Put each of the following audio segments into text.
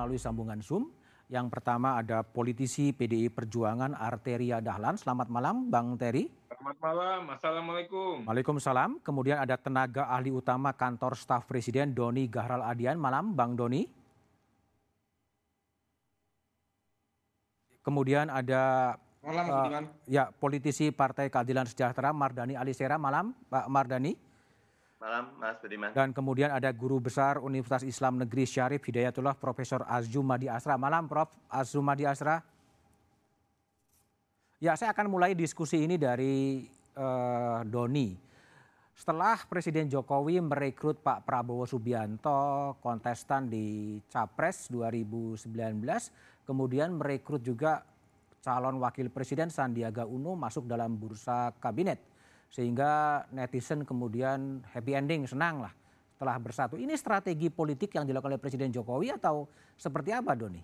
melalui sambungan Zoom. Yang pertama ada politisi PDI Perjuangan Arteria Dahlan. Selamat malam Bang Terry. Selamat malam, Assalamualaikum. Waalaikumsalam. Kemudian ada tenaga ahli utama kantor staf Presiden Doni Gahral Adian. Malam Bang Doni. Kemudian ada Malam, Budiman. politisi Partai Keadilan Sejahtera Mardani Alisera. Malam Pak Mardani. Malam, Mas Budiman. Dan kemudian ada Guru Besar Universitas Islam Negeri Syarif Hidayatullah Profesor Azumadi Asra. Malam Prof. Azumadi Asra. Ya, saya akan mulai diskusi ini dari Doni. Setelah Presiden Jokowi merekrut Pak Prabowo Subianto kontestan di Capres 2019, kemudian merekrut juga calon wakil presiden Sandiaga Uno masuk dalam bursa kabinet. Sehingga netizen kemudian happy ending, senang lah setelah bersatu. Ini strategi politik yang dilakukan oleh Presiden Jokowi atau seperti apa, Doni?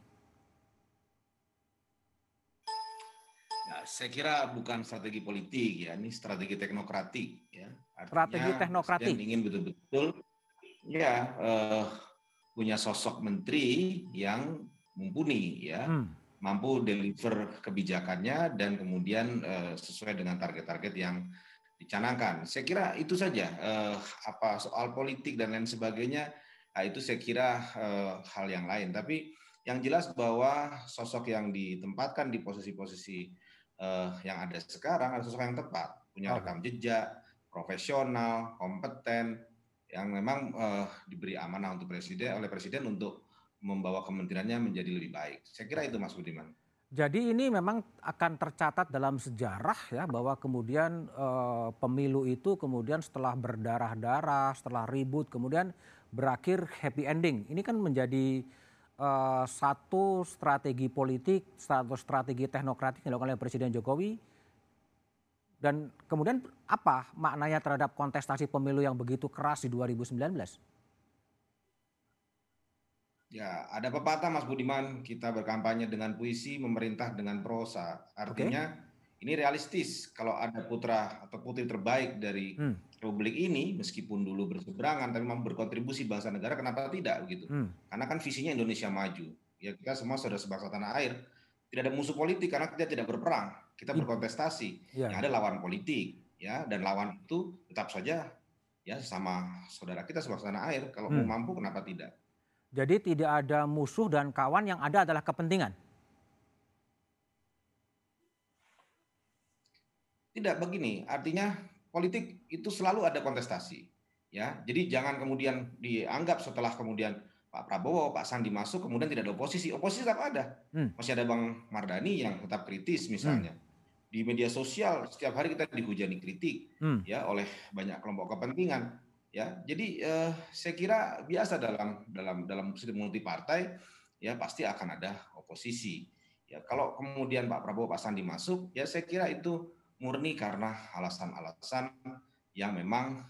Ya, saya kira bukan strategi politik ya, ini strategi teknokratik ya. Artinya strategi teknokratik. Presiden ingin betul-betul ya punya sosok menteri yang mumpuni ya, mampu deliver kebijakannya dan kemudian sesuai dengan target-target yang dicanangkan. Saya kira itu saja. Soal politik dan lain sebagainya, itu saya kira hal yang lain. Tapi yang jelas bahwa sosok yang ditempatkan di posisi-posisi yang ada sekarang adalah sosok yang tepat, punya rekam jejak, profesional, kompeten, yang memang diberi amanah oleh presiden untuk membawa kementeriannya menjadi lebih baik. Saya kira itu, Mas Budiman. Jadi ini memang akan tercatat dalam sejarah ya, bahwa kemudian pemilu itu kemudian setelah berdarah-darah, setelah ribut, kemudian berakhir happy ending. Ini kan menjadi satu strategi politik, satu strategi teknokratik yang dilakukan oleh Presiden Jokowi. Dan kemudian apa maknanya terhadap kontestasi pemilu yang begitu keras di 2019? Ya, ada pepatah Mas Budiman, kita berkampanye dengan puisi, memerintah dengan prosa. Artinya ini realistis. Kalau ada putra atau putri terbaik dari Republik ini, meskipun dulu berseberangan, tapi mampu berkontribusi bangsa negara, kenapa tidak begitu? Karena kan visinya Indonesia maju. Ya, kita semua saudara sebangsa tanah air. Tidak ada musuh politik karena kita tidak berperang, kita berkontestasi. Yang ada lawan politik, ya, dan lawan itu tetap saja ya sama saudara kita sebangsa tanah air. Kalau mau mampu, kenapa tidak? Jadi tidak ada musuh dan kawan, yang ada adalah kepentingan. Tidak, begini, artinya politik itu selalu ada kontestasi. Ya, jadi jangan kemudian dianggap setelah kemudian Pak Prabowo, Pak Sandi masuk, kemudian tidak ada oposisi. Oposisi tetap ada. Masih ada Bang Mardani yang tetap kritis misalnya. Di media sosial setiap hari kita dihujani kritik ya oleh banyak kelompok kepentingan. Ya, jadi saya kira biasa dalam sistem multi partai ya pasti akan ada oposisi. Ya, kalau kemudian Pak Prabowo, Pak Sandi masuk, ya saya kira itu murni karena alasan-alasan yang memang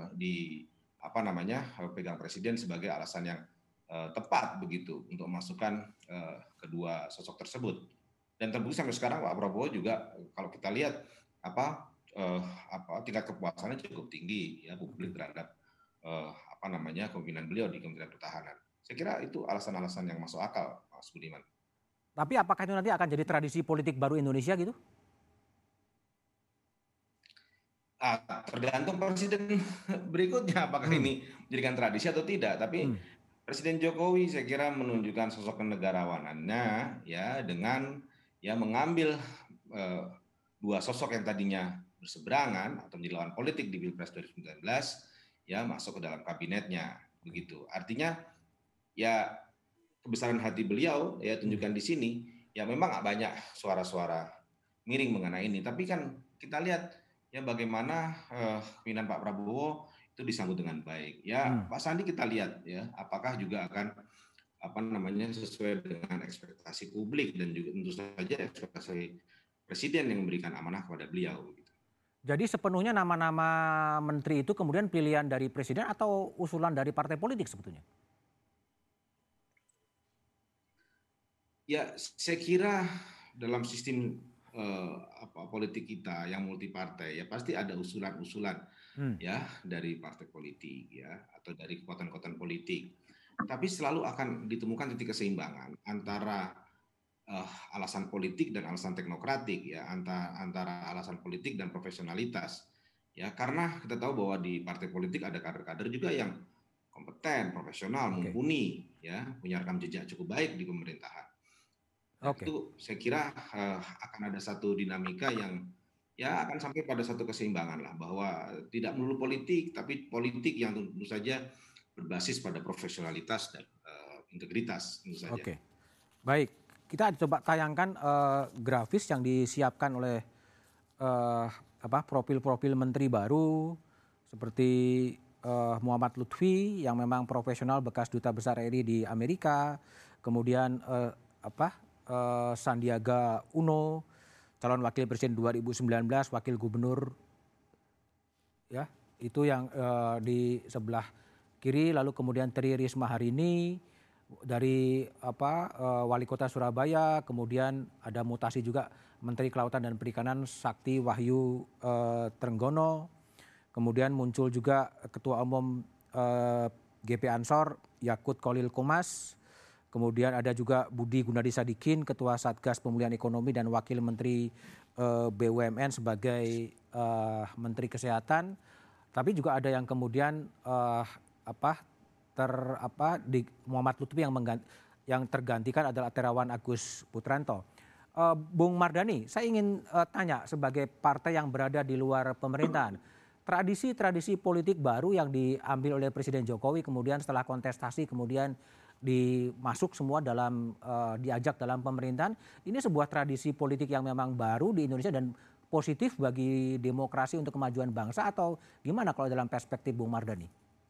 pegang presiden sebagai alasan yang tepat begitu untuk memasukkan kedua sosok tersebut. Dan terbukti sampai sekarang Pak Prabowo juga kalau kita lihat tingkat kepuasannya cukup tinggi ya publik terhadap kepemimpinan beliau di Kementerian Pertahanan. Saya kira itu alasan-alasan yang masuk akal, Mas Budiman. Tapi apakah itu nanti akan jadi tradisi politik baru Indonesia gitu? Tergantung presiden berikutnya apakah ini menjadikan tradisi atau tidak. Tapi Presiden Jokowi saya kira menunjukkan sosok kenegarawanannya ya dengan ya mengambil dua sosok yang tadinya berseberangan atau menjadi lawan politik di Pilpres 2019 ya masuk ke dalam kabinetnya begitu. Artinya ya kebesaran hati beliau ya tunjukkan di sini. Ya memang banyak suara-suara miring mengenai ini, tapi kan kita lihat ya bagaimana kepemimpinan Pak Prabowo itu disambut dengan baik. Ya Pak Sandi kita lihat ya apakah juga akan sesuai dengan ekspektasi publik dan juga tentu saja ekspektasi presiden yang memberikan amanah kepada beliau. Jadi sepenuhnya nama-nama menteri itu kemudian pilihan dari presiden atau usulan dari partai politik sebetulnya? Ya, saya kira dalam sistem politik kita yang multi partai ya pasti ada usulan-usulan ya dari partai politik ya atau dari kekuatan-kekuatan politik. tapi selalu akan ditemukan titik keseimbangan antara alasan politik dan alasan teknokratik, ya, antara alasan politik dan profesionalitas. Ya, karena kita tahu bahwa di partai politik ada kader-kader juga yang kompeten, profesional, mumpuni, ya, punya rekam jejak cukup baik di pemerintahan. Itu saya kira akan ada satu dinamika yang ya akan sampai pada satu keseimbangan lah, bahwa tidak melulu politik, tapi politik yang tentu saja berbasis pada profesionalitas dan integritas tentu saja. Oke, baik. Kita coba tayangkan grafis yang disiapkan oleh profil-profil menteri baru seperti Muhammad Lutfi yang memang profesional bekas duta besar RI di Amerika, kemudian Sandiaga Uno, calon wakil presiden 2019, wakil gubernur, ya itu yang di sebelah kiri, lalu kemudian Tri Risma hari ini dari wali kota Surabaya, kemudian ada mutasi juga Menteri Kelautan dan Perikanan Sakti Wahyu Trenggono, kemudian muncul juga Ketua Umum GP Ansor Yakut Khalil Qomas. Kemudian ada juga Budi Gunadi Sadikin, Ketua Satgas Pemulihan Ekonomi dan Wakil Menteri BUMN sebagai Menteri Kesehatan. Tapi juga ada yang kemudian di Muhammad Lutfi yang tergantikan adalah Terawan Agus Putranto. Bung Mardhani, saya ingin tanya sebagai partai yang berada di luar pemerintahan, tradisi-tradisi politik baru yang diambil oleh Presiden Jokowi kemudian setelah kontestasi kemudian dimasuk semua diajak dalam pemerintahan. Ini sebuah tradisi politik yang memang baru di Indonesia dan positif bagi demokrasi untuk kemajuan bangsa, atau gimana kalau dalam perspektif Bung Mardhani?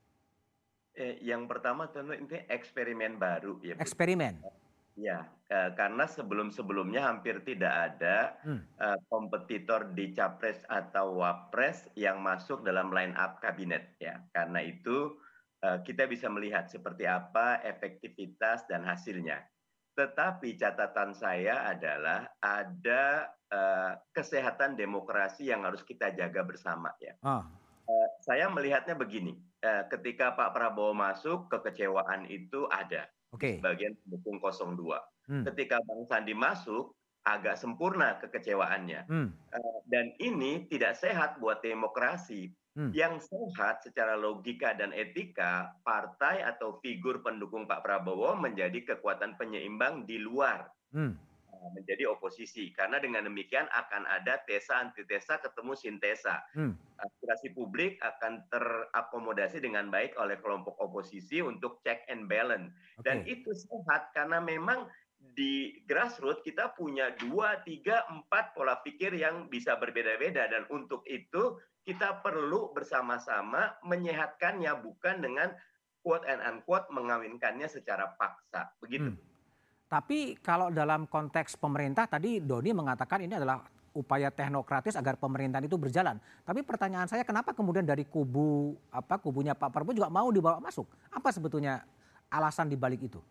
Yang pertama tentu ini eksperimen baru ya. Eksperimen? Ya, karena sebelum-sebelumnya hampir tidak ada kompetitor di Capres atau Wapres yang masuk dalam line up kabinet ya. Karena itu kita bisa melihat seperti apa efektivitas dan hasilnya. Tetapi catatan saya adalah ada kesehatan demokrasi yang harus kita jaga bersama ya. Saya melihatnya begini, ketika Pak Prabowo masuk, kekecewaan itu ada. Sebagian pendukung 02. Ketika Bang Sandi masuk, agak sempurna kekecewaannya. Dan ini tidak sehat buat demokrasi. Yang sehat secara logika dan etika, partai atau figur pendukung Pak Prabowo menjadi kekuatan penyeimbang di luar, menjadi oposisi. Karena dengan demikian akan ada tesa antitesa ketemu sintesa. Aspirasi publik akan terakomodasi dengan baik oleh kelompok oposisi untuk check and balance. Dan itu sehat karena memang di grassroots kita punya 2, 3, 4 pola pikir yang bisa berbeda-beda, dan untuk itu kita perlu bersama-sama menyehatkannya, bukan dengan quote and unquote mengawinkannya secara paksa. Begitu. Tapi kalau dalam konteks pemerintah tadi Doni mengatakan ini adalah upaya teknokratis agar pemerintahan itu berjalan. Tapi pertanyaan saya, kenapa kemudian dari kubunya Pak Prabowo juga mau dibawa masuk? Apa sebetulnya alasan di balik itu?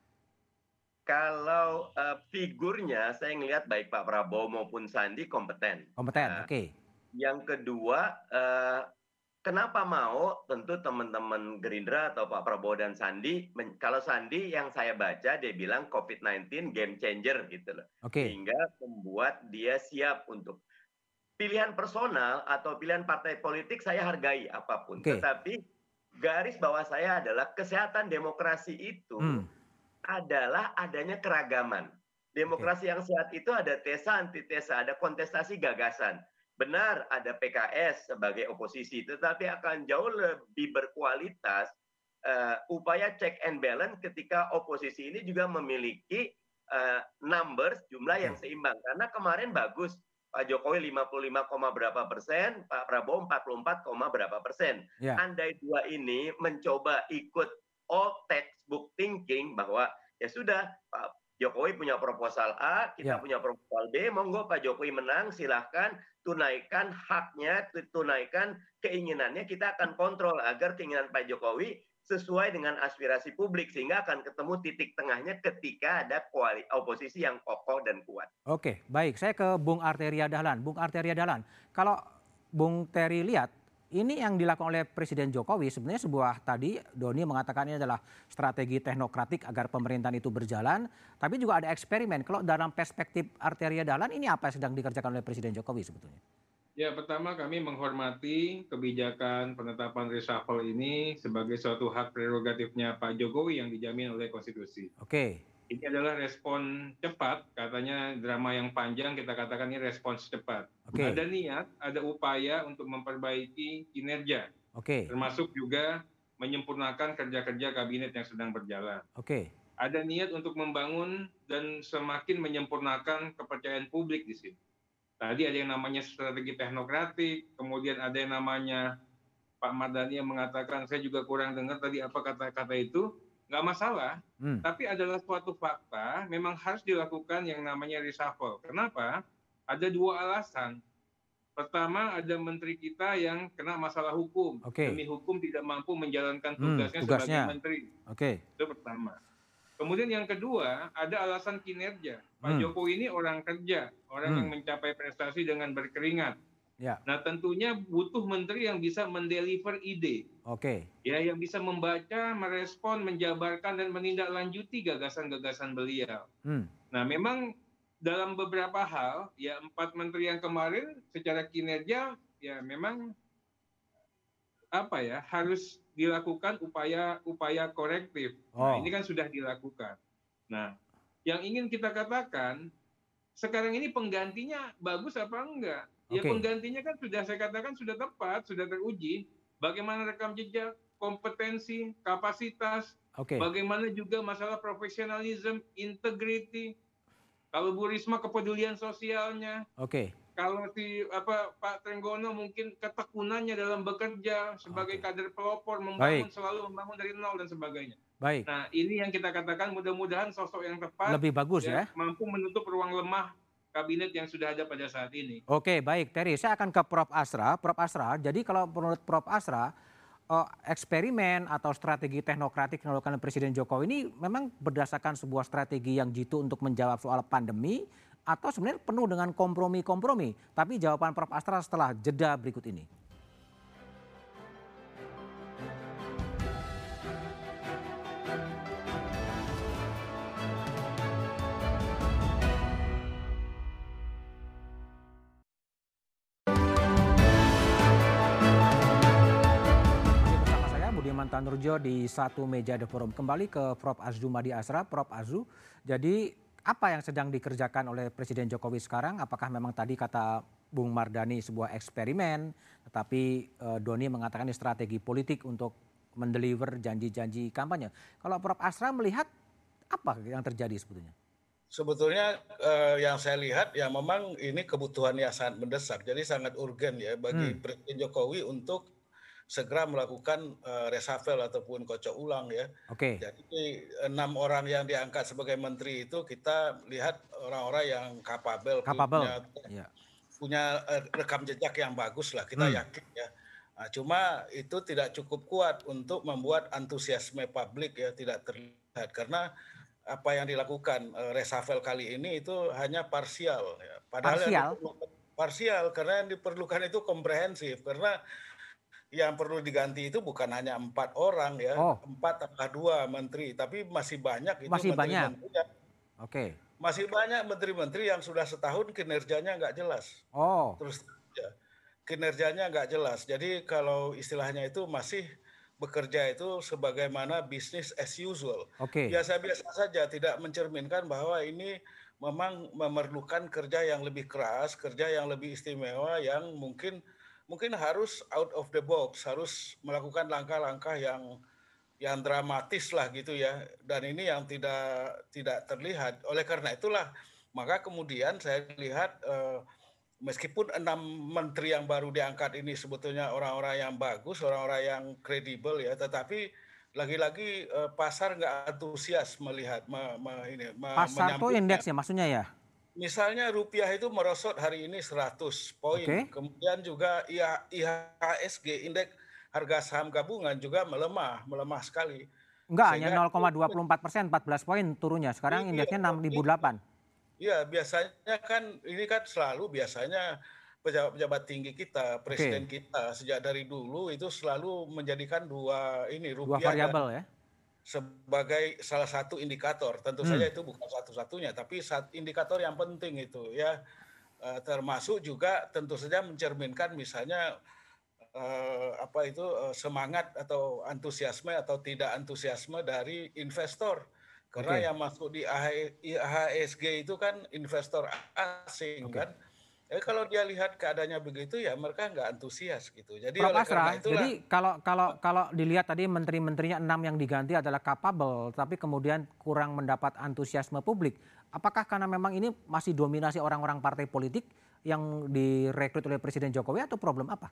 Kalau figurnya saya melihat baik Pak Prabowo maupun Sandi kompeten. Oke. Yang kedua, kenapa mau? Tentu teman-teman Gerindra atau Pak Prabowo dan Sandi, kalau Sandi yang saya baca dia bilang COVID-19 game changer gitu loh. Sehingga membuat dia siap untuk pilihan personal atau pilihan partai politik saya hargai apapun. Tetapi garis bawah saya adalah kesehatan demokrasi itu adalah adanya keragaman. Demokrasi yang sehat itu ada tesa antitesa, ada kontestasi gagasan. Benar ada PKS sebagai oposisi, tetapi akan jauh lebih berkualitas upaya check and balance ketika oposisi ini juga memiliki numbers, jumlah yang seimbang. Karena kemarin bagus, Pak Jokowi 55, berapa persen, Pak Prabowo 44, berapa persen. Andai dua ini mencoba ikut old textbook thinking bahwa ya sudah, Pak Jokowi punya proposal A, kita punya proposal B, monggo Pak Jokowi menang, silahkan tunaikan haknya, tunaikan keinginannya, kita akan kontrol agar keinginan Pak Jokowi sesuai dengan aspirasi publik, sehingga akan ketemu titik tengahnya ketika ada oposisi yang kokoh dan kuat. Oke, baik. Saya ke Bung Arteria Dahlan. Bung Arteria Dahlan, kalau Bung Terry lihat ini yang dilakukan oleh Presiden Jokowi sebenarnya sebuah, tadi Doni mengatakan ini adalah strategi teknokratik agar pemerintahan itu berjalan, tapi juga ada eksperimen. Kalau dalam perspektif Arteria Dahlan, ini apa yang sedang dikerjakan oleh Presiden Jokowi sebetulnya? Ya, pertama kami menghormati kebijakan penetapan reshuffle ini sebagai suatu hak prerogatifnya Pak Jokowi yang dijamin oleh konstitusi. Oke. Ini adalah respon cepat, katanya drama yang panjang kita katakan ini respons cepat. Oke. Ada niat, ada upaya untuk memperbaiki kinerja, Oke. termasuk juga menyempurnakan kerja-kerja kabinet yang sedang berjalan. Oke. Ada niat untuk membangun dan semakin menyempurnakan kepercayaan publik di sini. Tadi ada yang namanya strategi teknokratik, kemudian ada yang namanya Pak Mardhani yang mengatakan, saya juga kurang dengar tadi apa kata-kata itu, nggak masalah, tapi adalah suatu fakta, memang harus dilakukan yang namanya reshuffle. Kenapa? Ada dua alasan. Pertama, ada menteri kita yang kena masalah hukum. Demi hukum tidak mampu menjalankan tugasnya sebagai menteri. Itu pertama. Kemudian yang kedua, ada alasan kinerja. Pak Jokowi ini orang kerja, orang yang mencapai prestasi dengan berkeringat. Ya. Nah, tentunya butuh menteri yang bisa mendeliver ide. Ya, yang bisa membaca, merespon, menjabarkan dan menindaklanjuti gagasan-gagasan beliau. Nah, memang dalam beberapa hal, ya 4 menteri yang kemarin secara kinerja ya memang harus dilakukan upaya korektif. Nah, ini kan sudah dilakukan. Nah, yang ingin kita katakan, sekarang ini penggantinya bagus apa enggak? Ya penggantinya kan sudah saya katakan sudah tepat, sudah teruji. Bagaimana rekam jejak, kompetensi, kapasitas, bagaimana juga masalah profesionalisme, integrity. Kalau Bu Risma kepedulian sosialnya. Kalau Pak Trenggono mungkin ketekunannya dalam bekerja sebagai kader pelopor, selalu membangun dari nol dan sebagainya. Nah, ini yang kita katakan mudah-mudahan sosok yang tepat lebih bagus ya, mampu menutup ruang lemah kabinet yang sudah ada pada saat ini. Oke, baik Terry, saya akan ke Prof. Asra. Prof. Asra, jadi kalau menurut Prof. Asra, eksperimen atau strategi teknokratik yang dilakukan Presiden Jokowi ini memang berdasarkan sebuah strategi yang jitu untuk menjawab soal pandemi, atau sebenarnya penuh dengan kompromi-kompromi. Tapi jawaban Prof. Asra setelah jeda berikut ini. Bersama saya Budiman Tanurjo di satu meja The Forum. Kembali ke Prof. Azumadi Asra. Prof. Azu, jadi apa yang sedang dikerjakan oleh Presiden Jokowi sekarang? Apakah memang tadi kata Bung Mardhani sebuah eksperimen, tetapi Doni mengatakan ini strategi politik untuk mendeliver janji-janji kampanye. Kalau Prof. Asra melihat apa yang terjadi sebetulnya? Sebetulnya yang saya lihat ya memang ini kebutuhan yang sangat mendesak. Jadi sangat urgen ya bagi Presiden Jokowi untuk segera melakukan reshuffle ataupun kocok ulang ya. Jadi 6 orang yang diangkat sebagai menteri itu kita lihat orang-orang yang kapabel. Punya rekam jejak yang bagus lah, kita yakin ya. Nah, cuma itu tidak cukup kuat untuk membuat antusiasme publik ya tidak terlihat, karena apa yang dilakukan reshuffle kali ini itu hanya parsial ya. Padahal parsial karena yang diperlukan itu komprehensif, karena yang perlu diganti itu bukan hanya 4 orang ya, 4 tambah 2 menteri, tapi masih banyak itu menteri-menteri. Masih banyak menteri-menteri yang sudah setahun kinerjanya nggak jelas. Terus ya, kinerjanya nggak jelas. Jadi kalau istilahnya itu masih bekerja itu sebagaimana business as usual. Biasa-biasa saja, tidak mencerminkan bahwa ini memang memerlukan kerja yang lebih keras, kerja yang lebih istimewa, yang mungkin harus out of the box, harus melakukan langkah-langkah yang dramatis lah gitu ya. Dan ini yang tidak terlihat. Oleh karena itulah maka kemudian saya lihat meskipun 6 menteri yang baru diangkat ini sebetulnya orang-orang yang bagus, orang-orang yang kredibel ya, tetapi lagi-lagi pasar nggak antusias melihat pasar itu indeksnya maksudnya ya. Misalnya rupiah itu merosot hari ini 100 poin. Kemudian juga IHSG, indeks harga saham gabungan juga melemah sekali. Enggak, hanya 0,24%, 14 poin turunnya. Sekarang indeksnya 6.008. Iya, biasanya kan ini kan selalu biasanya pejabat-pejabat tinggi kita, presiden kita sejak dari dulu itu selalu menjadikan dua rupiah variabel ya sebagai salah satu indikator. Tentu saja itu bukan satu-satunya, tapi indikator yang penting itu ya, termasuk juga tentu saja mencerminkan misalnya semangat atau antusiasme atau tidak antusiasme dari investor. Karena yang masuk di IHSG itu kan investor asing kan. Kalau dia lihat keadaannya begitu ya mereka nggak antusias gitu. Jadi Prof. oleh Asra, karena itulah, jadi kalau dilihat tadi menteri-menterinya 6 yang diganti adalah capable, tapi kemudian kurang mendapat antusiasme publik. Apakah karena memang ini masih dominasi orang-orang partai politik yang direkrut oleh Presiden Jokowi atau problem apa?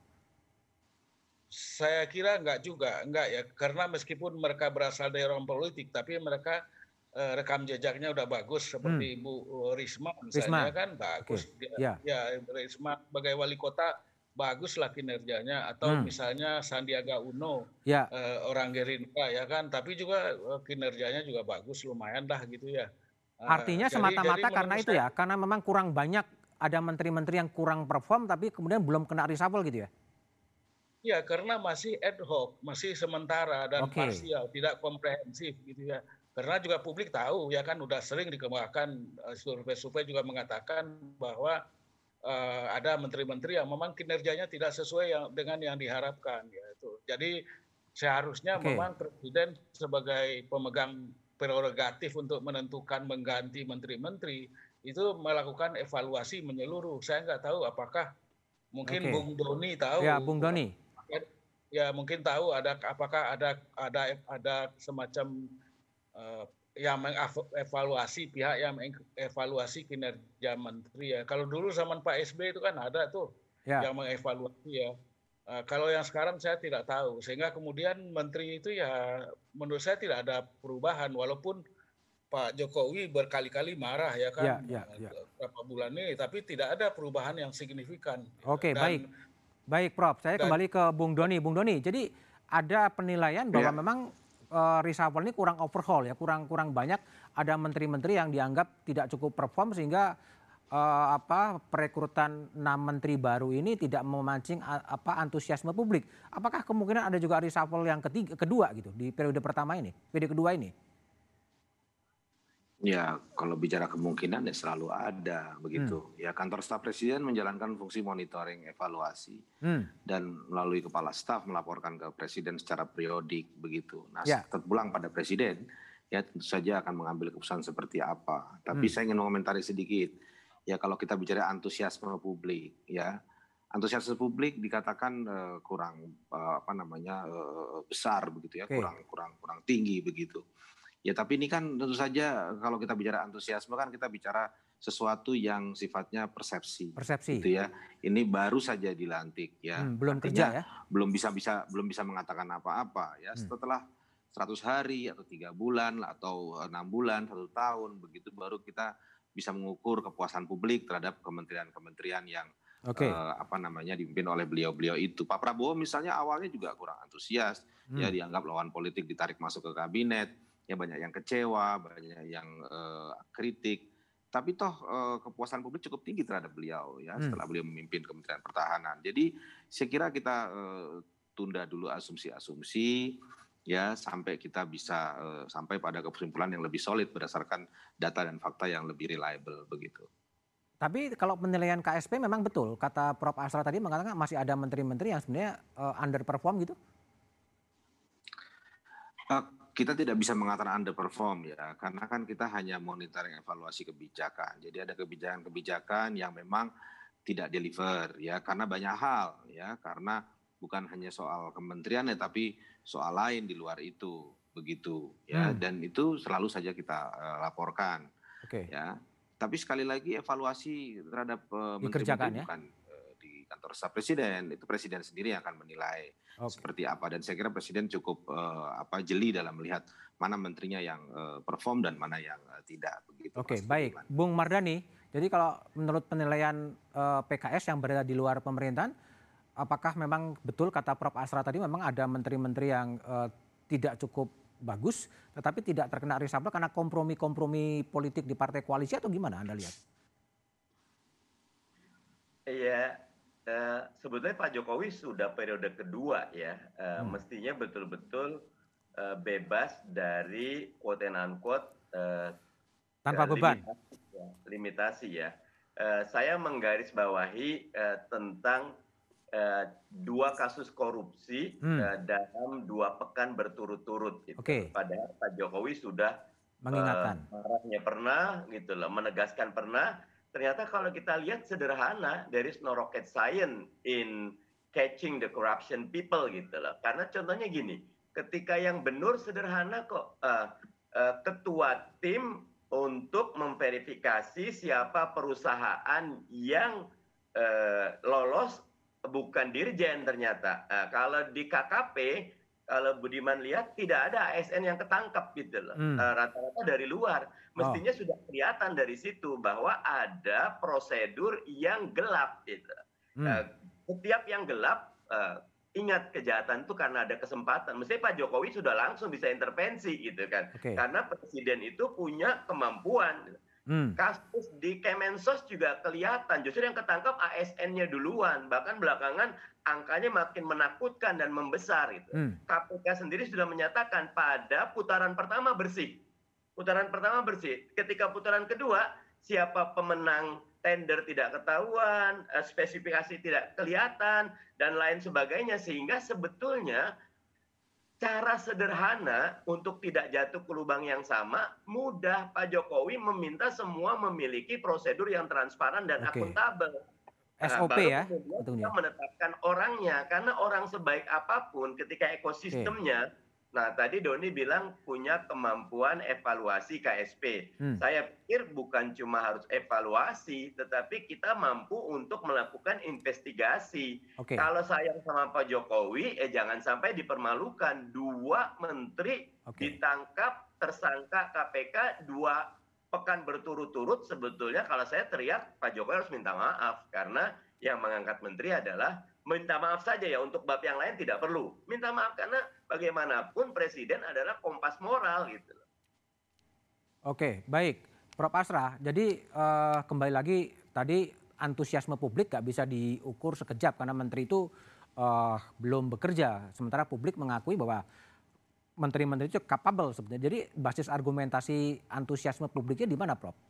Saya kira enggak ya. Karena meskipun mereka berasal dari orang politik, tapi mereka rekam jejaknya udah bagus seperti Ibu Risma misalnya kan bagus. Ya, Risma sebagai wali kota baguslah kinerjanya, atau misalnya Sandiaga Uno orang Gerindra ya kan, tapi juga kinerjanya juga bagus, lumayan lah gitu ya. Artinya semata-mata karena itu ya, karena memang kurang banyak ada menteri-menteri yang kurang perform tapi kemudian belum kena reshuffle gitu ya? Ya, karena masih ad hoc, masih sementara dan parsial, tidak komprehensif gitu ya. Karena juga publik tahu ya kan, udah sering dikemukakan, survei-survei juga mengatakan bahwa ada menteri-menteri yang memang kinerjanya tidak sesuai dengan yang diharapkan ya itu. Jadi seharusnya memang presiden sebagai pemegang prerogatif untuk menentukan mengganti menteri-menteri itu melakukan evaluasi menyeluruh. Saya nggak tahu apakah mungkin Bung Doni tahu. Ya, Bung Doni. Ya mungkin tahu apakah ada semacam yang mengevaluasi, pihak yang mengevaluasi kinerja menteri ya. Kalau dulu zaman Pak SBY itu kan ada tuh yang mengevaluasi ya. Kalau yang sekarang saya tidak tahu, sehingga kemudian menteri itu ya menurut saya tidak ada perubahan, walaupun Pak Jokowi berkali-kali marah ya kan beberapa bulan ini, tapi tidak ada perubahan yang signifikan. Baik Prof, saya kembali ke Bung Doni. Bung Doni, jadi ada penilaian bahwa memang reshuffle ini kurang overhaul ya, kurang banyak ada menteri-menteri yang dianggap tidak cukup perform sehingga perekrutan 6 menteri baru ini tidak memancing antusiasme publik. Apakah kemungkinan ada juga reshuffle yang kedua gitu di periode pertama ini, periode kedua ini? Ya, kalau bicara kemungkinan ya selalu ada begitu. Ya, kantor staf presiden menjalankan fungsi monitoring evaluasi dan melalui kepala staf melaporkan ke presiden secara periodik begitu. Nah, terpulang pada presiden ya tentu saja akan mengambil keputusan seperti apa. Tapi saya ingin mengomentari sedikit. Ya, kalau kita bicara antusiasme publik ya, antusiasme publik dikatakan kurang besar begitu ya, kurang tinggi begitu. Ya, tapi ini kan tentu saja kalau kita bicara antusiasme kan kita bicara sesuatu yang sifatnya persepsi. Gitu ya. Ini baru saja dilantik ya. Belum kerja ya. Belum bisa mengatakan apa-apa ya. Setelah 100 hari atau 3 bulan atau 6 bulan, 1 tahun begitu baru kita bisa mengukur kepuasan publik terhadap kementerian-kementerian yang dipimpin oleh beliau-beliau itu. Pak Prabowo misalnya awalnya juga kurang antusias, ya dianggap lawan politik ditarik masuk ke kabinet. Ya banyak yang kecewa, banyak yang kritik. Tapi toh kepuasan publik cukup tinggi terhadap beliau ya setelah beliau memimpin Kementerian Pertahanan. Jadi saya kira kita tunda dulu asumsi-asumsi ya sampai kita bisa sampai pada kesimpulan yang lebih solid berdasarkan data dan fakta yang lebih reliable begitu. Tapi kalau penilaian KSP memang betul kata Prof. Asra tadi mengatakan masih ada menteri-menteri yang sebenarnya underperform gitu? Kita tidak bisa mengatakan underperform ya, karena kan kita hanya monitoring evaluasi kebijakan. Jadi ada kebijakan-kebijakan yang memang tidak deliver ya, karena banyak hal ya, karena bukan hanya soal kementerian ya, tapi soal lain di luar itu begitu ya, dan itu selalu saja kita laporkan ya. Tapi sekali lagi evaluasi terhadap menteri-menteri bukan di kantor staf presiden, itu presiden sendiri yang akan menilai seperti apa, dan saya kira presiden cukup jeli dalam melihat mana menterinya yang perform dan mana yang tidak begitu. Baik, Bung Mardhani. Jadi kalau menurut penilaian PKS yang berada di luar pemerintahan, apakah memang betul kata Prof. Asra tadi memang ada menteri-menteri yang tidak cukup bagus, tetapi tidak terkena reshuffle karena kompromi-kompromi politik di partai koalisi atau gimana Anda lihat? Iya, sebetulnya Pak Jokowi sudah periode kedua ya, mestinya betul-betul bebas dari quote and unquote tanpa beban. Limitasi ya. Saya menggarisbawahi tentang 2 kasus korupsi dalam 2 pekan berturut-turut. Gitu. Padahal Pak Jokowi sudah mengingatkan, marahnya pernah, gitu loh, menegaskan pernah. Ternyata kalau kita lihat sederhana, there is no rocket science in catching the corruption people, gitu loh. Karena contohnya gini, ketika yang benar sederhana kok, ketua tim untuk memverifikasi siapa perusahaan yang lolos bukan dirjen ternyata. Kalau di KKP, kalau Budiman lihat tidak ada ASN yang ketangkap gitu loh. Rata-rata dari luar. Mestinya sudah kelihatan dari situ bahwa ada prosedur yang gelap gitu. Setiap yang gelap, ingat kejahatan itu karena ada kesempatan. Mestinya Pak Jokowi sudah langsung bisa intervensi gitu kan. Karena presiden itu punya kemampuan. Kasus di Kemensos juga kelihatan, justru yang ketangkap ASN-nya duluan, bahkan belakangan angkanya makin menakutkan dan membesar. Gitu. KPK sendiri sudah menyatakan pada putaran pertama bersih. Putaran pertama bersih. Ketika putaran kedua, siapa pemenang tender tidak ketahuan, spesifikasi tidak kelihatan, dan lain sebagainya. Sehingga sebetulnya cara sederhana untuk tidak jatuh ke lubang yang sama, mudah. Pak Jokowi meminta semua memiliki prosedur yang transparan dan akuntabel. SOP ya. Kita menetapkan orangnya, karena orang sebaik apapun ketika ekosistemnya, nah tadi Doni bilang punya kemampuan evaluasi KSP. Saya pikir bukan cuma harus evaluasi, tetapi kita mampu untuk melakukan investigasi. Kalau sayang sama Pak Jokowi, jangan sampai dipermalukan. 2 menteri ditangkap, tersangka KPK 2 pekan berturut-turut. Sebetulnya kalau saya teriak, Pak Jokowi harus minta maaf. Karena yang mengangkat menteri adalah minta maaf saja ya, untuk bab yang lain tidak perlu. Minta maaf karena bagaimanapun presiden adalah kompas moral gitu. Oke, baik. Prof. Asra, jadi kembali lagi tadi antusiasme publik gak bisa diukur sekejap karena menteri itu belum bekerja. Sementara publik mengakui bahwa menteri-menteri itu capable sebenarnya. Jadi basis argumentasi antusiasme publiknya di mana, Prof?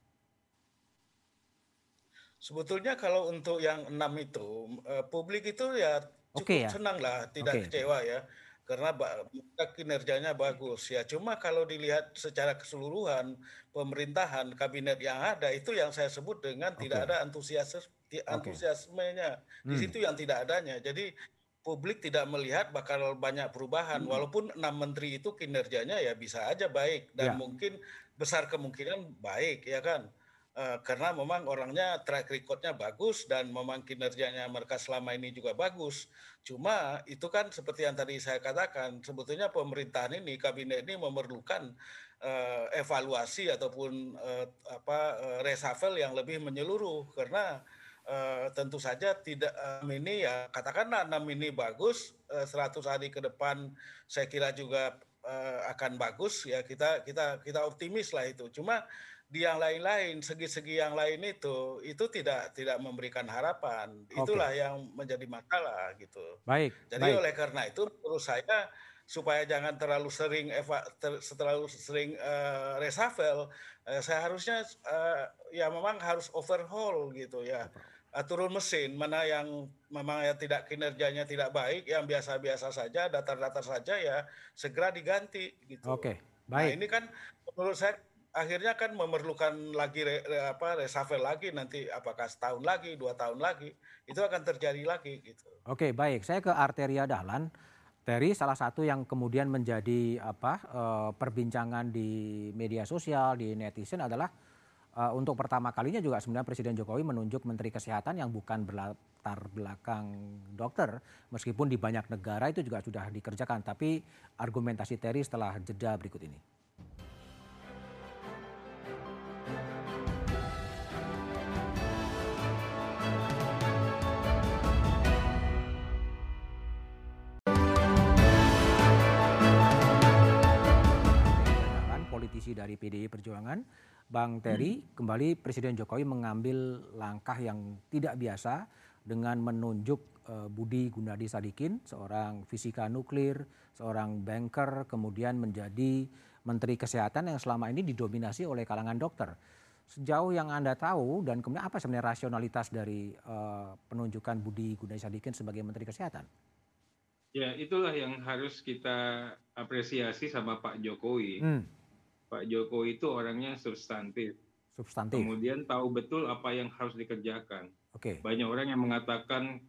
Sebetulnya kalau untuk yang 6 itu, publik itu ya cukup senang lah, tidak kecewa ya. Karena kinerjanya bagus ya. Cuma kalau dilihat secara keseluruhan pemerintahan, kabinet yang ada, itu yang saya sebut dengan tidak ada antusiasmenya. Di situ yang tidak adanya. Jadi publik tidak melihat bakal banyak perubahan. Walaupun 6 menteri itu kinerjanya ya bisa aja baik. Dan mungkin besar kemungkinan baik ya kan. Karena memang orangnya track record-nya bagus dan memang kinerjanya mereka selama ini juga bagus. Cuma itu kan seperti yang tadi saya katakan, sebetulnya pemerintahan ini, kabinet ini memerlukan evaluasi ataupun reshuffle yang lebih menyeluruh. Karena tentu saja tidak ini ya, katakanlah 6 ini bagus, 100 hari ke depan saya kira juga akan bagus ya, kita optimis lah itu. Cuma di yang lain-lain, segi-segi yang lain itu tidak memberikan harapan. Itulah yang menjadi masalah gitu. Baik. Jadi oleh karena itu menurut saya supaya jangan terlalu sering reshuffle, seharusnya ya memang harus overhaul gitu ya. Turun mesin, mana yang memang ya tidak kinerjanya tidak baik, yang biasa-biasa saja, datar-datar saja ya segera diganti gitu. Baik. Nah ini kan menurut saya akhirnya kan memerlukan lagi reshuffle lagi, nanti apakah setahun lagi, 2 tahun lagi, itu akan terjadi lagi gitu. Oke, baik. Saya ke Arteria Dahlan. Terry, salah satu yang kemudian menjadi perbincangan di media sosial, di netizen adalah untuk pertama kalinya juga sebenarnya Presiden Jokowi menunjuk Menteri Kesehatan yang bukan berlatar belakang dokter, meskipun di banyak negara itu juga sudah dikerjakan. Tapi argumentasi Terry setelah jeda berikut ini. Politisi dari PDI Perjuangan, Bang Terry, kembali Presiden Jokowi mengambil langkah yang tidak biasa dengan menunjuk Budi Gunadi Sadikin, seorang fisika nuklir, seorang banker, kemudian menjadi Menteri Kesehatan yang selama ini didominasi oleh kalangan dokter. Sejauh yang Anda tahu dan kemudian apa sebenarnya rasionalitas dari penunjukan Budi Gunadi Sadikin sebagai Menteri Kesehatan? Ya, itulah yang harus kita apresiasi sama Pak Jokowi. Pak Jokowi itu orangnya substantif. Kemudian tahu betul apa yang harus dikerjakan. Banyak orang yang mengatakan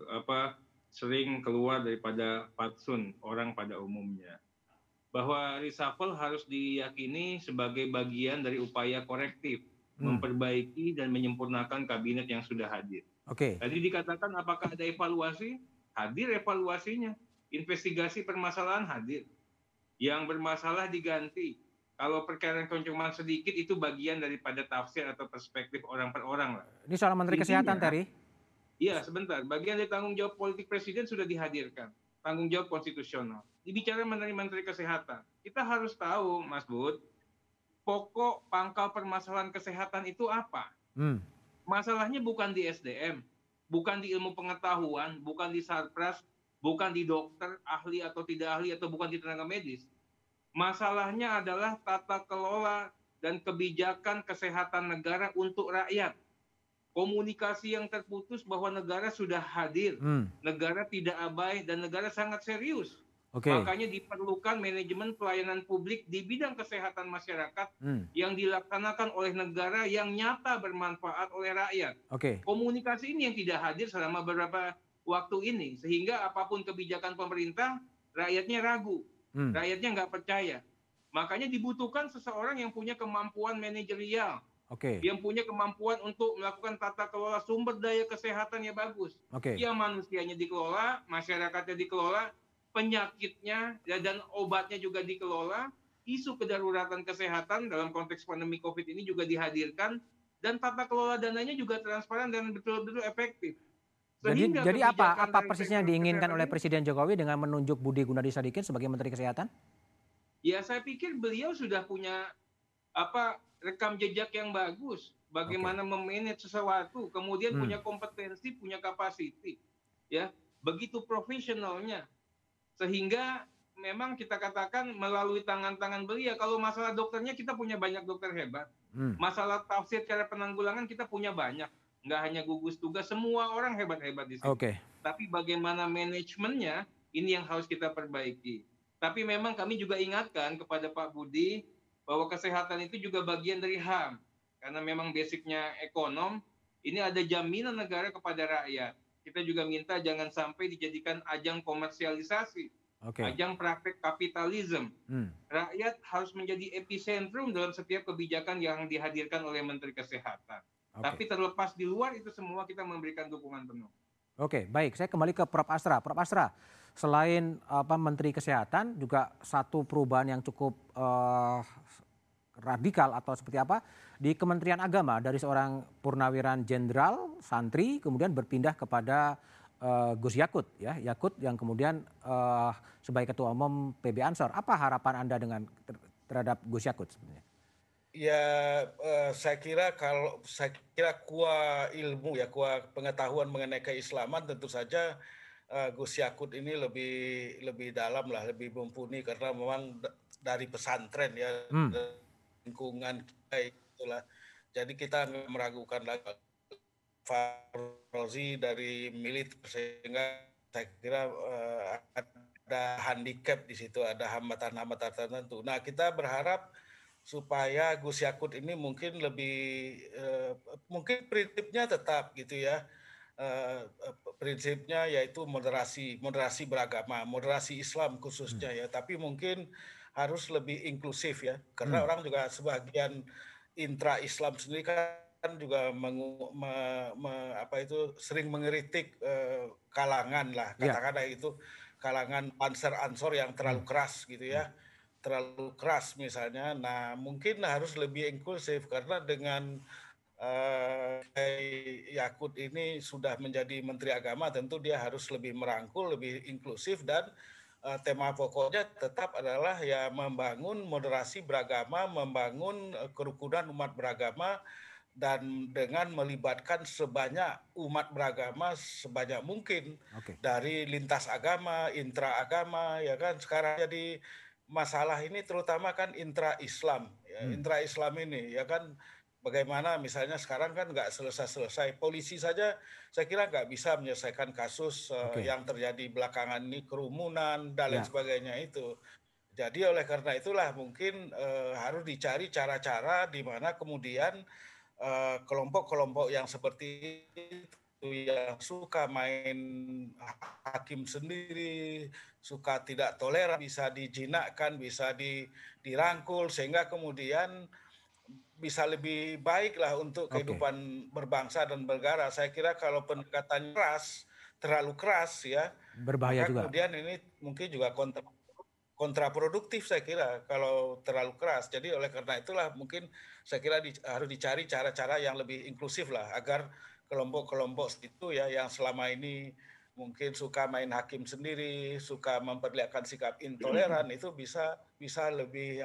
sering keluar daripada fatsun orang pada umumnya. Bahwa reshuffle harus diyakini sebagai bagian dari upaya korektif, memperbaiki dan menyempurnakan kabinet yang sudah hadir. Tadi dikatakan apakah ada evaluasi? Hadir evaluasinya. Investigasi permasalahan hadir. Yang bermasalah diganti. Kalau perkara cuma sedikit itu bagian daripada tafsir atau perspektif orang per orang lah. Ini soal Menteri Kesehatan, Terry? Iya, sebentar. Bagian dari tanggung jawab politik presiden sudah dihadirkan. Tanggung jawab konstitusional. Dibicara mengenai Menteri Kesehatan. Kita harus tahu, Mas Bud, pokok pangkal permasalahan kesehatan itu apa? Masalahnya bukan di SDM, bukan di ilmu pengetahuan, bukan di sarpras, bukan di dokter, ahli atau tidak ahli, atau bukan di tenaga medis. Masalahnya adalah tata kelola dan kebijakan kesehatan negara untuk rakyat. Komunikasi yang terputus bahwa negara sudah hadir, negara tidak abai, dan negara sangat serius. Makanya diperlukan manajemen pelayanan publik di bidang kesehatan masyarakat yang dilaksanakan oleh negara yang nyata bermanfaat oleh rakyat. Komunikasi ini yang tidak hadir selama beberapa waktu ini, sehingga apapun kebijakan pemerintah, rakyatnya ragu. Rakyatnya nggak percaya. Makanya dibutuhkan seseorang yang punya kemampuan manajerial, yang punya kemampuan untuk melakukan tata kelola sumber daya kesehatan yang bagus. Ya, manusianya dikelola, masyarakatnya dikelola, penyakitnya dan obatnya juga dikelola, isu kedaruratan kesehatan dalam konteks pandemi COVID ini juga dihadirkan, dan tata kelola dananya juga transparan dan betul-betul efektif. Jadi apa persisnya yang diinginkan oleh Presiden Jokowi dengan menunjuk Budi Gunadi Sadikin sebagai Menteri Kesehatan? Ya, saya pikir beliau sudah punya rekam jejak yang bagus, bagaimana memanage sesuatu, kemudian punya kompetensi, punya kapasiti, ya, begitu profesionalnya, sehingga memang kita katakan melalui tangan-tangan beliau. Kalau masalah dokternya kita punya banyak dokter hebat, masalah tafsir cara penanggulangan kita punya banyak. Nggak hanya gugus tugas, semua orang hebat-hebat di sini. Tapi bagaimana manajemennya, ini yang harus kita perbaiki. Tapi memang kami juga ingatkan kepada Pak Budi bahwa kesehatan itu juga bagian dari HAM. Karena memang basicnya ekonom, ini ada jaminan negara kepada rakyat. Kita juga minta jangan sampai dijadikan ajang komersialisasi, ajang praktek kapitalisme. Rakyat harus menjadi epicentrum dalam setiap kebijakan yang dihadirkan oleh Menteri Kesehatan. Tapi terlepas di luar itu semua kita memberikan dukungan penuh. Baik. Saya kembali ke Prof. Asra. Prof. Asra, selain Menteri Kesehatan juga satu perubahan yang cukup radikal atau seperti apa di Kementerian Agama dari seorang purnawiran jenderal santri kemudian berpindah kepada Gus Yakut, ya, Yakut yang kemudian sebagai Ketua Umum PB Ansor. Apa harapan Anda terhadap Gus Yakut sebenarnya? Ya, saya kira kuah ilmu ya, kuah pengetahuan mengenai keislaman tentu saja Gus Yakut ini lebih dalam lah, lebih mumpuni karena memang dari pesantren ya, lingkungan kita itulah. Jadi kita meragukan lagi Farrozi dari militer, sehingga saya kira ada handicap di situ, ada hambatan-hambatan tertentu. Nah, kita berharap supaya Gus Yakut ini mungkin mungkin prinsipnya tetap gitu ya, prinsipnya yaitu moderasi beragama, moderasi Islam khususnya ya, tapi mungkin harus lebih inklusif ya, karena orang juga sebagian intra Islam sendiri kan juga sering mengkritik kalangan lah, katakanlah itu kalangan Ansor yang terlalu keras gitu ya. Terlalu keras misalnya. Nah, mungkin harus lebih inklusif karena dengan Yakut ini sudah menjadi Menteri Agama, tentu dia harus lebih merangkul, lebih inklusif, dan tema pokoknya tetap adalah ya membangun moderasi beragama, membangun kerukunan umat beragama, dan dengan melibatkan sebanyak umat beragama sebanyak mungkin dari lintas agama, intra-agama, ya kan. Sekarang jadi masalah ini terutama kan intra-Islam, ya, intra-Islam ini, ya kan. Bagaimana misalnya sekarang kan nggak selesai-selesai, polisi saja saya kira nggak bisa menyelesaikan kasus yang terjadi belakangan ini, kerumunan dan lain sebagainya itu. Jadi oleh karena itulah mungkin harus dicari cara-cara di mana kemudian kelompok-kelompok yang seperti itu, yang suka main hakim sendiri, suka tidak toleran, bisa dijinakkan, bisa dirangkul, sehingga kemudian bisa lebih baik lah untuk kehidupan berbangsa dan bernegara. Saya kira kalau pendekatan terlalu keras ya, berbahaya maka juga. kemudian ini mungkin juga kontraproduktif saya kira kalau terlalu keras. Jadi oleh karena itulah mungkin saya kira harus dicari cara-cara yang lebih inklusif lah, agar kelompok-kelompok itu ya yang selama ini mungkin suka main hakim sendiri, suka memperlihatkan sikap intoleran, itu bisa lebih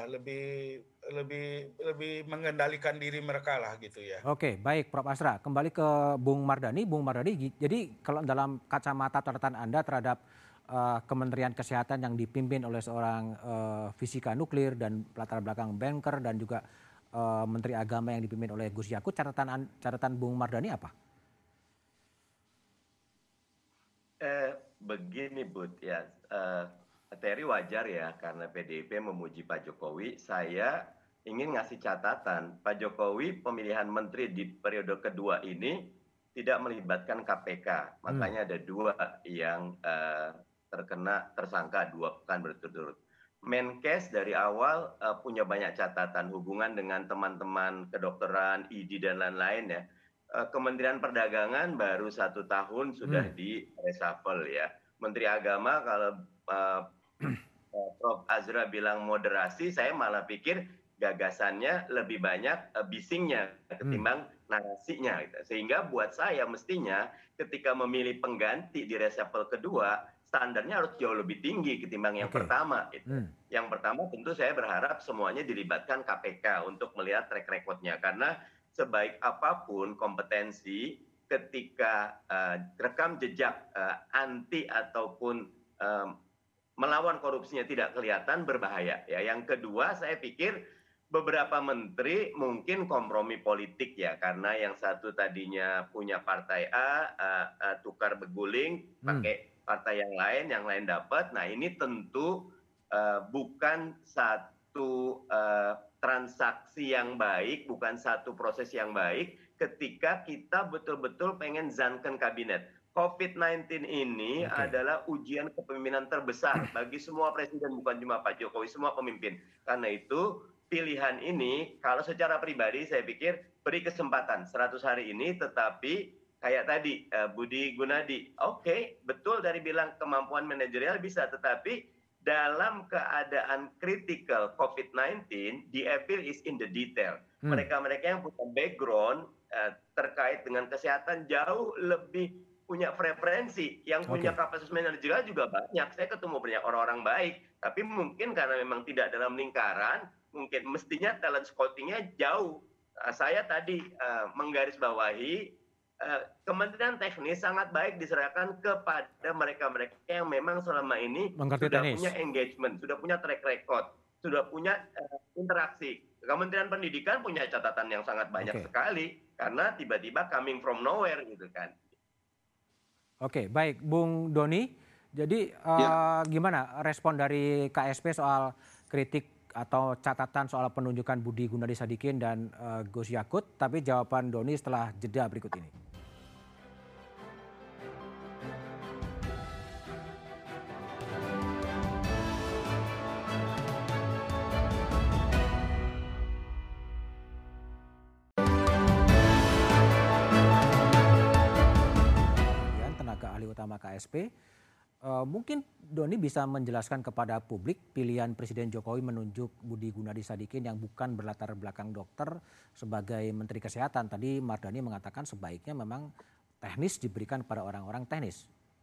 lebih mengendalikan diri mereka lah gitu ya. Oke, baik Prof. Asra. Kembali ke Bung Mardhani. Bung Mardhani, jadi kalau dalam kacamata catatan Anda terhadap Kementerian Kesehatan yang dipimpin oleh seorang fisika nuklir dan latar belakang banker, dan juga Menteri Agama yang dipimpin oleh Gus Yakut, catatan Bung Mardhani apa? Begini Bud ya, Terry wajar ya karena PDIP memuji Pak Jokowi. Saya ingin ngasih catatan, Pak Jokowi pemilihan menteri di periode kedua ini tidak melibatkan KPK. Makanya ada 2 yang tersangka 2 pekan berturut-turut. Menkes dari awal punya banyak catatan hubungan dengan teman-teman kedokteran, ID dan lain-lain ya. Kementerian Perdagangan baru 1 tahun sudah di reshuffle ya. Menteri Agama kalau Prof. Azra bilang moderasi, saya malah pikir gagasannya lebih banyak bisingnya ketimbang narasinya. Gitu. Sehingga buat saya mestinya ketika memilih pengganti di reshuffle kedua, standarnya harus jauh lebih tinggi ketimbang yang pertama. Gitu. Yang pertama tentu saya berharap semuanya dilibatkan KPK untuk melihat track record-nya. Karena sebaik apapun kompetensi, ketika rekam jejak anti ataupun melawan korupsinya tidak kelihatan, berbahaya. Ya, yang kedua saya pikir beberapa menteri mungkin kompromi politik ya, karena yang satu tadinya punya partai A, tukar beguling pakai partai yang lain dapat. Nah ini tentu bukan satu transaksi yang baik, bukan satu proses yang baik ketika kita betul-betul pengen zankan kabinet. COVID-19 ini adalah ujian kepemimpinan terbesar bagi semua presiden, bukan cuma Pak Jokowi, semua pemimpin. Karena itu pilihan ini kalau secara pribadi saya pikir beri kesempatan 100 hari ini, tetapi kayak tadi Budi Gunadi, betul dari bilang kemampuan manajerial bisa, tetapi dalam keadaan kritikal COVID-19, the evil is in the detail. Mereka-mereka yang punya background terkait dengan kesehatan jauh lebih punya preferensi, yang punya kapasitas manajerial juga banyak. Saya ketemu banyak orang-orang baik, tapi mungkin karena memang tidak dalam lingkaran, mungkin mestinya talent scoutingnya jauh. Saya tadi menggarisbawahi Kementerian Teknis sangat baik diserahkan kepada mereka-mereka yang memang selama ini sudah punya engagement, sudah punya track record, sudah punya interaksi. Kementerian Pendidikan punya catatan yang sangat banyak sekali karena tiba-tiba coming from nowhere gitu kan. Oke, baik Bung Doni. Jadi gimana respon dari KSP soal kritik atau catatan soal penunjukan Budi Gunadi Sadikin dan Gus Yakut? Tapi jawaban Doni setelah jeda berikut ini. Utama KSP, mungkin Doni bisa menjelaskan kepada publik pilihan Presiden Jokowi menunjuk Budi Gunadi Sadikin yang bukan berlatar belakang dokter sebagai Menteri Kesehatan. Tadi Mardhani mengatakan sebaiknya memang teknis diberikan pada orang-orang teknis.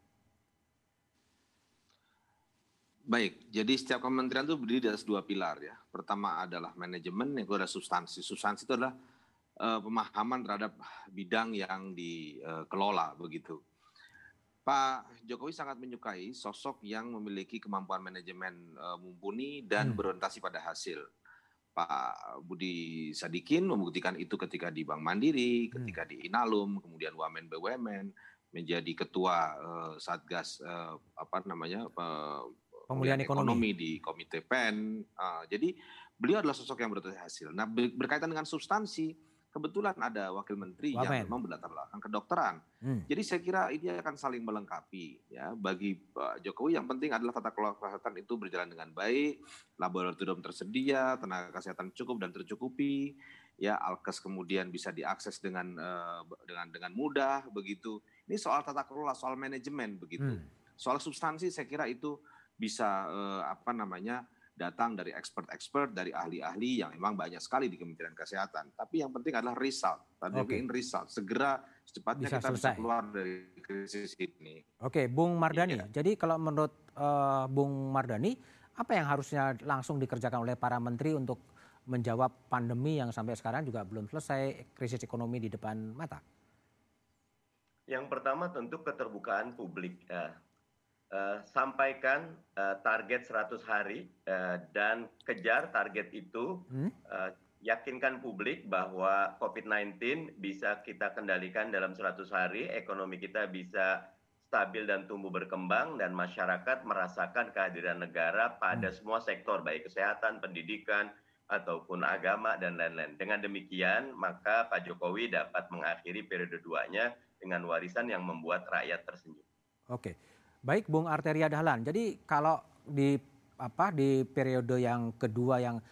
Baik, jadi setiap kementerian itu berdiri di atas 2 pilar ya. Pertama adalah manajemen, yang kedua adalah substansi. Substansi itu adalah pemahaman terhadap bidang yang dikelola begitu. Pak Jokowi sangat menyukai sosok yang memiliki kemampuan manajemen mumpuni dan berorientasi pada hasil. Pak Budi Sadikin membuktikan itu ketika di Bank Mandiri, ketika di Inalum, kemudian Wamen BUMN, menjadi ketua Satgas pemulihan ekonomi di Komite PEN. Jadi beliau adalah sosok yang berorientasi hasil. Nah, berkaitan dengan substansi, kebetulan ada wakil menteri yang memang berlatar belakang kedokteran. Jadi saya kira ini akan saling melengkapi ya. Bagi Pak Jokowi yang penting adalah tata kelola kesehatan itu berjalan dengan baik, laboratorium tersedia, tenaga kesehatan cukup dan tercukupi, ya alkes kemudian bisa diakses dengan mudah begitu. Ini soal tata kelola, soal manajemen begitu. Soal substansi saya kira itu bisa datang dari expert-expert, dari ahli-ahli yang memang banyak sekali di Kementerian Kesehatan. Tapi yang penting adalah result. Tadi ingin result. Segera secepatnya kita bisa keluar dari krisis ini. Oke, Bung Mardhani. Iya. Jadi kalau menurut Bung Mardhani, apa yang harusnya langsung dikerjakan oleh para menteri untuk menjawab pandemi yang sampai sekarang juga belum selesai, krisis ekonomi di depan mata? Yang pertama tentu keterbukaan publik. Sampaikan target 100 hari dan kejar target itu, yakinkan publik bahwa COVID-19 bisa kita kendalikan dalam 100 hari, ekonomi kita bisa stabil dan tumbuh berkembang, dan masyarakat merasakan kehadiran negara pada semua sektor, baik kesehatan, pendidikan, ataupun agama, dan lain-lain. Dengan demikian, maka Pak Jokowi dapat mengakhiri periode 2-nya dengan warisan yang membuat rakyat tersenyum. Oke. Baik, Bung Arteria Dahlan. Jadi kalau di periode yang kedua yang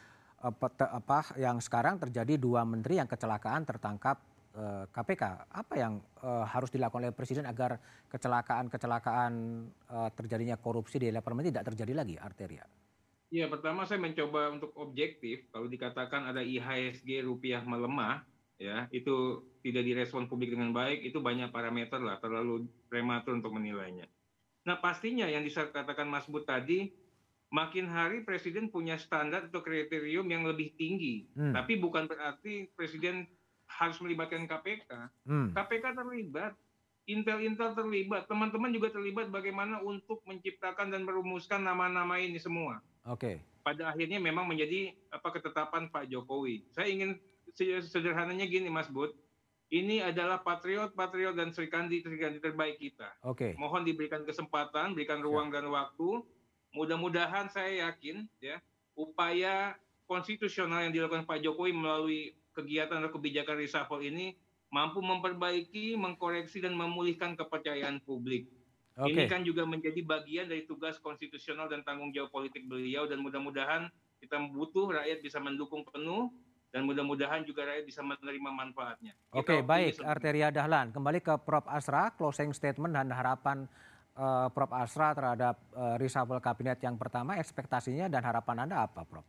sekarang terjadi 2 menteri yang kecelakaan tertangkap KPK. Apa yang harus dilakukan oleh Presiden agar kecelakaan terjadinya korupsi di level menteri tidak terjadi lagi, Arteria? Ya, pertama saya mencoba untuk objektif. Kalau dikatakan ada IHSG rupiah melemah, ya itu tidak direspon publik dengan baik, itu banyak parameter lah, terlalu prematur untuk menilainya. Nah, pastinya yang dikatakan Mas Bud tadi, makin hari Presiden punya standar atau kriterium yang lebih tinggi. Tapi bukan berarti Presiden harus melibatkan KPK. KPK terlibat, Intel terlibat, teman-teman juga terlibat bagaimana untuk menciptakan dan merumuskan nama-nama ini semua. Oke. Pada akhirnya memang menjadi ketetapan Pak Jokowi. Saya ingin sederhananya gini, Mas Bud. Ini adalah patriot dan Srikandi terbaik kita. Oke. Mohon diberikan kesempatan, berikan ruang dan waktu. Mudah-mudahan saya yakin ya, upaya konstitusional yang dilakukan Pak Jokowi melalui kegiatan atau kebijakan reshuffle ini mampu memperbaiki, mengkoreksi dan memulihkan kepercayaan publik. Ini kan juga menjadi bagian dari tugas konstitusional dan tanggung jawab politik beliau, dan mudah-mudahan kita butuh rakyat bisa mendukung penuh. Dan mudah-mudahan juga rakyat bisa menerima manfaatnya. Oke, baik, Arteria Dahlan. Kembali ke Prof. Asra, closing statement dan harapan Prof. Asra terhadap reshuffle kabinet yang pertama, ekspektasinya dan harapan Anda apa, Prof?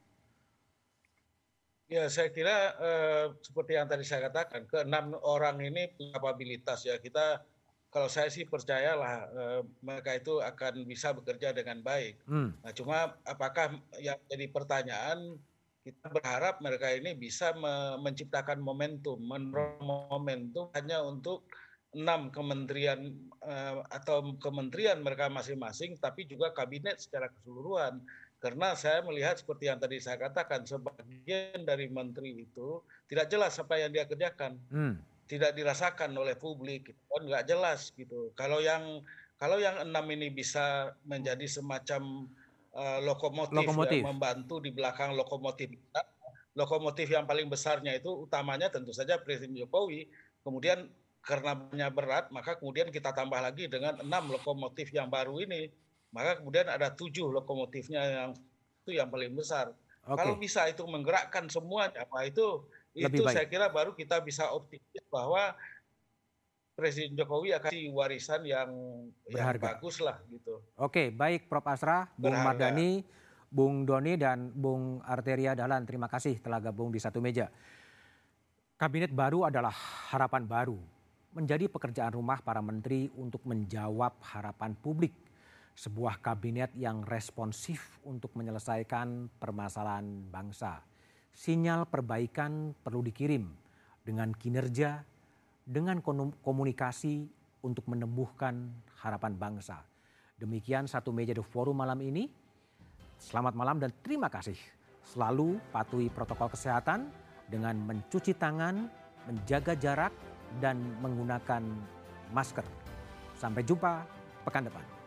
Ya, saya kira seperti yang tadi saya katakan, ke-6 orang ini punya kapabilitas ya. Kalau saya sih percayalah mereka itu akan bisa bekerja dengan baik. Nah, cuma apakah yang jadi pertanyaan, kita berharap mereka ini bisa menciptakan momentum hanya untuk 6 kementerian atau kementerian mereka masing-masing, tapi juga kabinet secara keseluruhan. Karena saya melihat seperti yang tadi saya katakan, sebagian dari menteri itu tidak jelas apa yang dia kerjakan, tidak dirasakan oleh publik, kan nggak jelas gitu. Kalau yang 6 ini bisa menjadi semacam lokomotif. Ya, membantu di belakang lokomotif. Lokomotif yang paling besarnya itu utamanya tentu saja Presiden Jokowi. Kemudian karena berat, maka kemudian kita tambah lagi dengan 6 lokomotif yang baru ini. Maka kemudian ada 7 lokomotifnya yang paling besar. Kalau bisa itu menggerakkan semuanya, itu saya kira baru kita bisa optimis bahwa Presiden Jokowi akan kasih warisan yang bagus lah gitu. Oke, baik Prof. Asra, Bung Mardhani, Bung Doni, dan Bung Arteria Dahlan. Terima kasih telah gabung di satu meja. Kabinet baru adalah harapan baru. Menjadi pekerjaan rumah para menteri untuk menjawab harapan publik. Sebuah kabinet yang responsif untuk menyelesaikan permasalahan bangsa. Sinyal perbaikan perlu dikirim. dengan kinerja, dengan komunikasi untuk menumbuhkan harapan bangsa. Demikian Satu Meja The Forum malam ini. Selamat malam dan terima kasih. Selalu patuhi protokol kesehatan dengan mencuci tangan, menjaga jarak, dan menggunakan masker. Sampai jumpa pekan depan.